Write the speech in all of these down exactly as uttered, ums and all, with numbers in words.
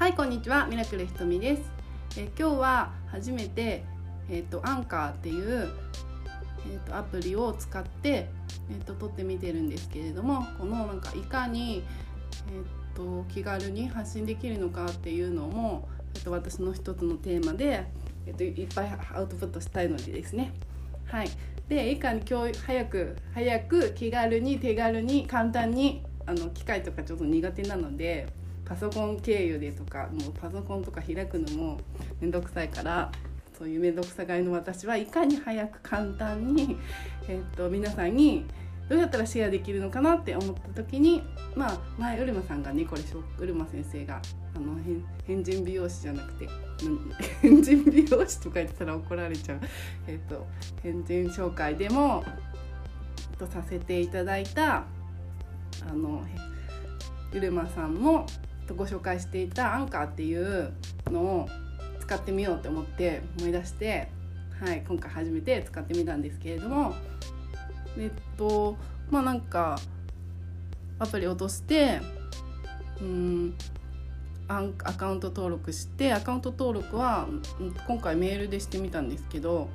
い、こんにちは。ミラクルひとみです。え今日は初めて、えー、とアンカーっていう、えー、とアプリを使って、えー、と撮ってみてるんですけれども、このなんかいかに、えー、と気軽に発信できるのかっていうのも、えー、と私の一つのテーマで、えー、といっぱいアウトプットしたいのでですね。はい。で、いかに今日早く早く気軽に手軽に簡単に、あの機械とかちょっと苦手なので、パソコン経由でとか、もうパソコンとか開くのもめんどくさいから、そういうめんどくさがいの私はいかに早く簡単に、えー、と皆さんにどうやったらシェアできるのかなって思った時に、まあ前うるまさんがね、これうるま先生があの変人美容師じゃなくて変人美容師とか言ってたら怒られちゃう、えー、と変人紹介でもとさせていただいたあのうるまさんもご紹介していたアンカーっていうのを使ってみようと思って思い出して、はい、今回初めて使ってみたんですけれども、えっとまあなんかアプリ落としてうーんアカウント登録して、アカウント登録は今回メールでしてみたんですけど、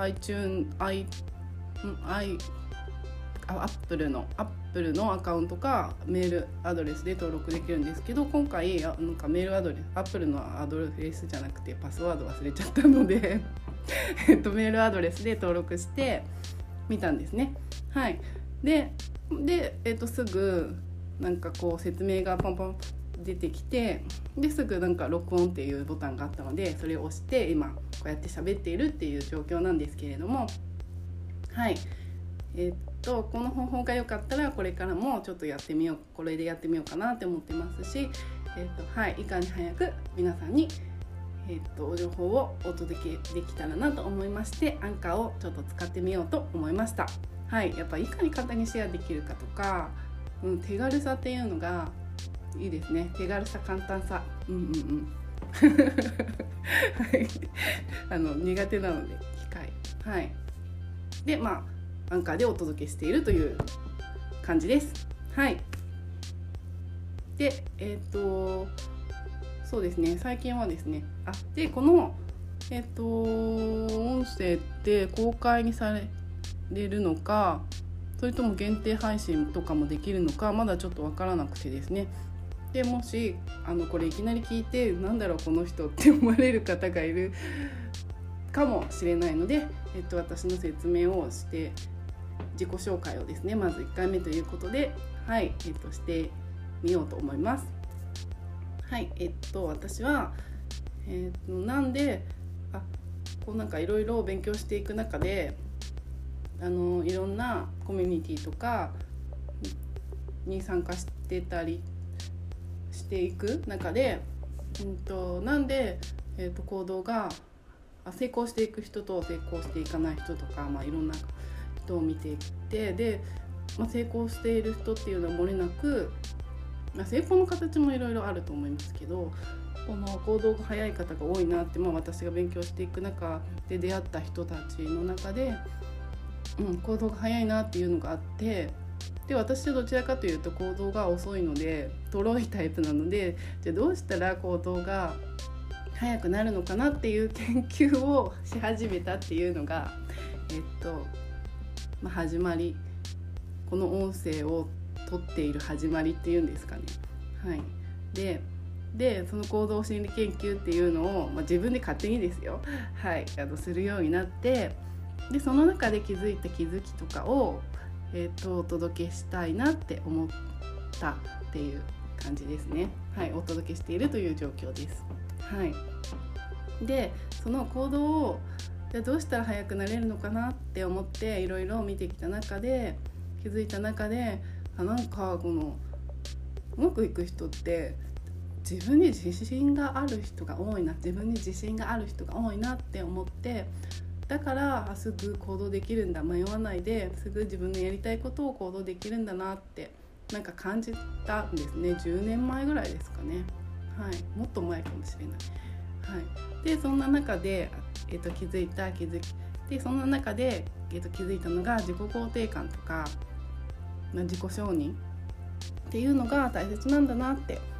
iTunes、i、iアップルのアップルのアカウントかメールアドレスで登録できるんですけど、今回なんかメールアドレス、アップルのアドレスじゃなくてパスワード忘れちゃったのでえっとメールアドレスで登録してみたんですね。はい。で、でえっとすぐなんかこう説明がポンポン出てきて、ですぐなんか録音っていうボタンがあったので、それを押して今こうやって喋っているっていう状況なんですけれども、はい。えっとこの方法が良かったらこれからもちょっとやってみよう、これでやってみようかなって思ってますし、えっとはい、いかに早く皆さんに、えっと情報をお届けできたらなと思いまして、アンカーをちょっと使ってみようと思いました。はい、やっぱいかに簡単にシェアできるかとか、うん、手軽さっていうのがいいですね。手軽さ、簡単さ、うんうんうんはい、あの苦手なので機械、はい。でまあアンカーでお届けしているという感じです。はい。で、えっとそうですね。最近はですね、あでこのえっと音声って公開にされるのか、それとも限定配信とかもできるのか、まだちょっとわからなくてですね。でもしあのこれいきなり聞いて、なんだろうこの人って思われる方がいるかもしれないので、えっと私の説明をして自己紹介をですね、まずいっかいめということで、はい、えっとしてみようと思います。はい、えっと私は、えっとなんであこうなんかいろいろ勉強していく中で、あのいろんなコミュニティとかに参加してたりしていく中で、うんとなんで、えっと行動が成功していく人と成功していかない人とか、まあいろんなを見ていって、で、まあ、成功している人っていうのは漏れなく、まあ、成功の形もいろいろあると思いますけど、この行動が早い方が多いなって、まあ、私が勉強していく中で出会った人たちの中で、うん、行動が早いなっていうのがあって、で私はどちらかというと行動が遅いので、とろいタイプなので、じゃあどうしたら行動が早くなるのかなっていう研究をし始めたっていうのが、えっとまあ、始まり、この音声を撮っている始まりっていうんですかね。はい。で、でその行動心理研究っていうのを、まあ、自分で勝手にですよ、はい、あのするようになって、でその中で気づいた気づきとかを、えー、とお届けしたいなって思ったっていう感じですね。はい、お届けしているという状況です。はい。で、その行動をじゃあどうしたら速くなれるのかなって思っていろいろ見てきた中で気づいた中で、あなんかこのうまくいく人って自分に自信がある人が多いな、自分に自信がある人が多いなって思って、だからすぐ行動できるんだ、迷わないですぐ自分のやりたいことを行動できるんだなってなんか感じたんですね。じゅうねんまえぐらいですかね。はい、もっと前かもしれない。はい、でそんな中で、えー、と気づいた気づきでそんな中で、えー、と気づいたのが自己肯定感とか、まあ、自己承認っていうのが大切なんだなって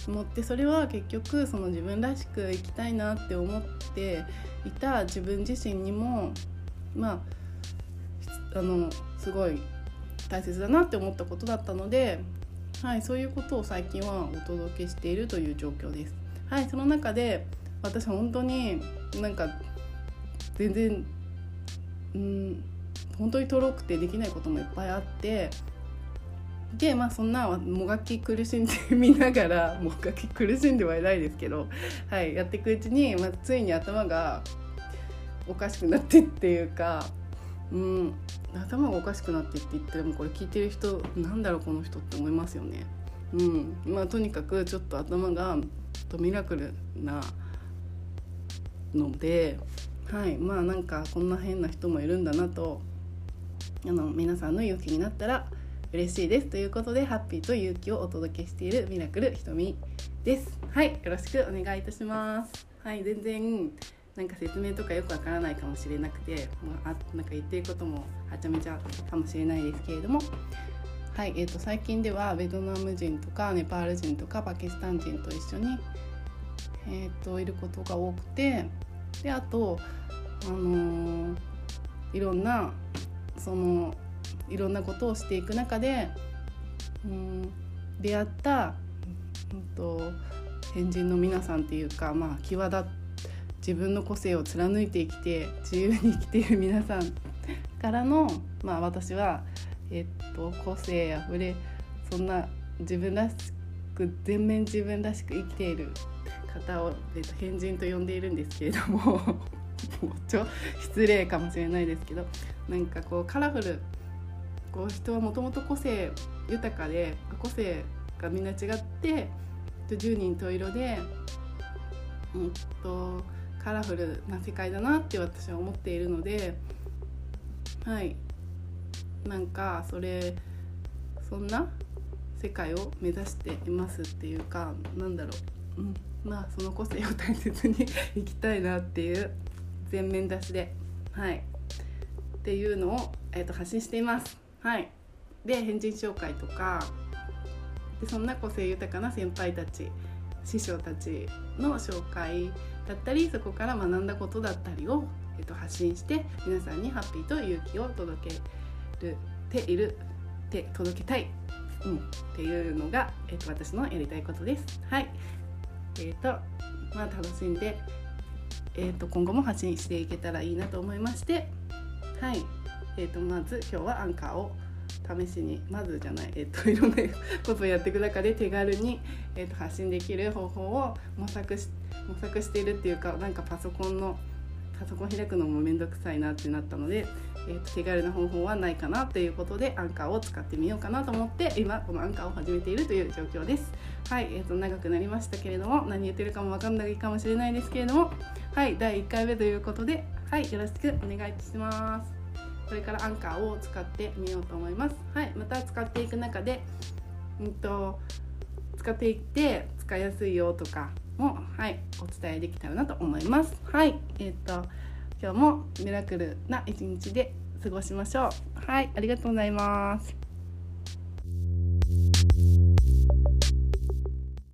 思って、それは結局その自分らしく生きたいなって思っていた自分自身にもまああのすごい大切だなって思ったことだったので、はい、そういうことを最近はお届けしているという状況です。はい、その中で私本当になんか全然うん本当に遠くてできないこともいっぱいあって、でまあそんなもがき苦しんでみながらもがき苦しんではいないですけど、はい、やっていくうちに、まあ、ついに頭がおかしくなってっていうか、うん頭がおかしくなってって言ってもこれ聞いてる人なんだろうこの人って思いますよね。うんまあ、とにかくちょっと頭がミラクルなので、はいまあなんかこんな変な人もいるんだなと、あの皆さんの勇気になったら嬉しいですということで、ハッピーと勇気をお届けしているミラクルひとみです。はい、よろしくお願いいたします。はい、全然なんか説明とかよくわからないかもしれなくて、まあ、なんか言っていることもはちゃめちゃかもしれないですけれども、はいえー、と最近ではベトナム人とかネパール人とかパキスタン人と一緒に、えー、といることが多くて、であと、あのー、いろんなそのいろんなことをしていく中で、うん、出会った、うん、と変人の皆さんっていうか、まあ、際立っ自分の個性を貫いて生きて自由に生きている皆さんからの、まあ、私は、えっと、個性あふれそんな自分らしく全面自分らしく生きている方を、えっと、変人と呼んでいるんですけれどももうちょ失礼かもしれないですけど、なんかこうカラフルこう人はもともと個性豊かで個性がみんな違って十人十色で、うんとカラフルな世界だなって私は思っているので、はいなんかそれそんな世界を目指していますっていうか、なんだろう、うん、まあその個性を大切に生きたいなっていう全面出しで、はいっていうのを、えー、と発信しています。はい、で変人紹介とかで、そんな個性豊かな先輩たち師匠たちの紹介だったり、そこから学んだことだったりを、えー、と発信して皆さんにハッピーと勇気を届けるているて届けたい、うん、っていうのが、えー、と私のやりたいことです。はいえーとまあ、楽しんで、えー、と今後も発信していけたらいいなと思いまして、はいえー、とまず今日はアンカーを試しにまずじゃない、えー、といろんなことをやっていく中で手軽に、えー、と発信できる方法を模索し模索しているっていうか、なんかパソコンのパソコン開くのもめんどくさいなってなったので、えー、と手軽な方法はないかなということでアンカーを使ってみようかなと思って今このアンカーを始めているという状況です。はい、えー、と長くなりましたけれども、何言ってるかも分かんないかもしれないですけれども、はいだいいっかいめということで、はいよろしくお願いします。これからアンカーを使ってみようと思います。はい、また使っていく中で、うんと使っていって使いやすいよとかも、はい、お伝えできたらなと思います。はい、えっと今日もミラクルな一日で過ごしましょう。はい、ありがとうございます。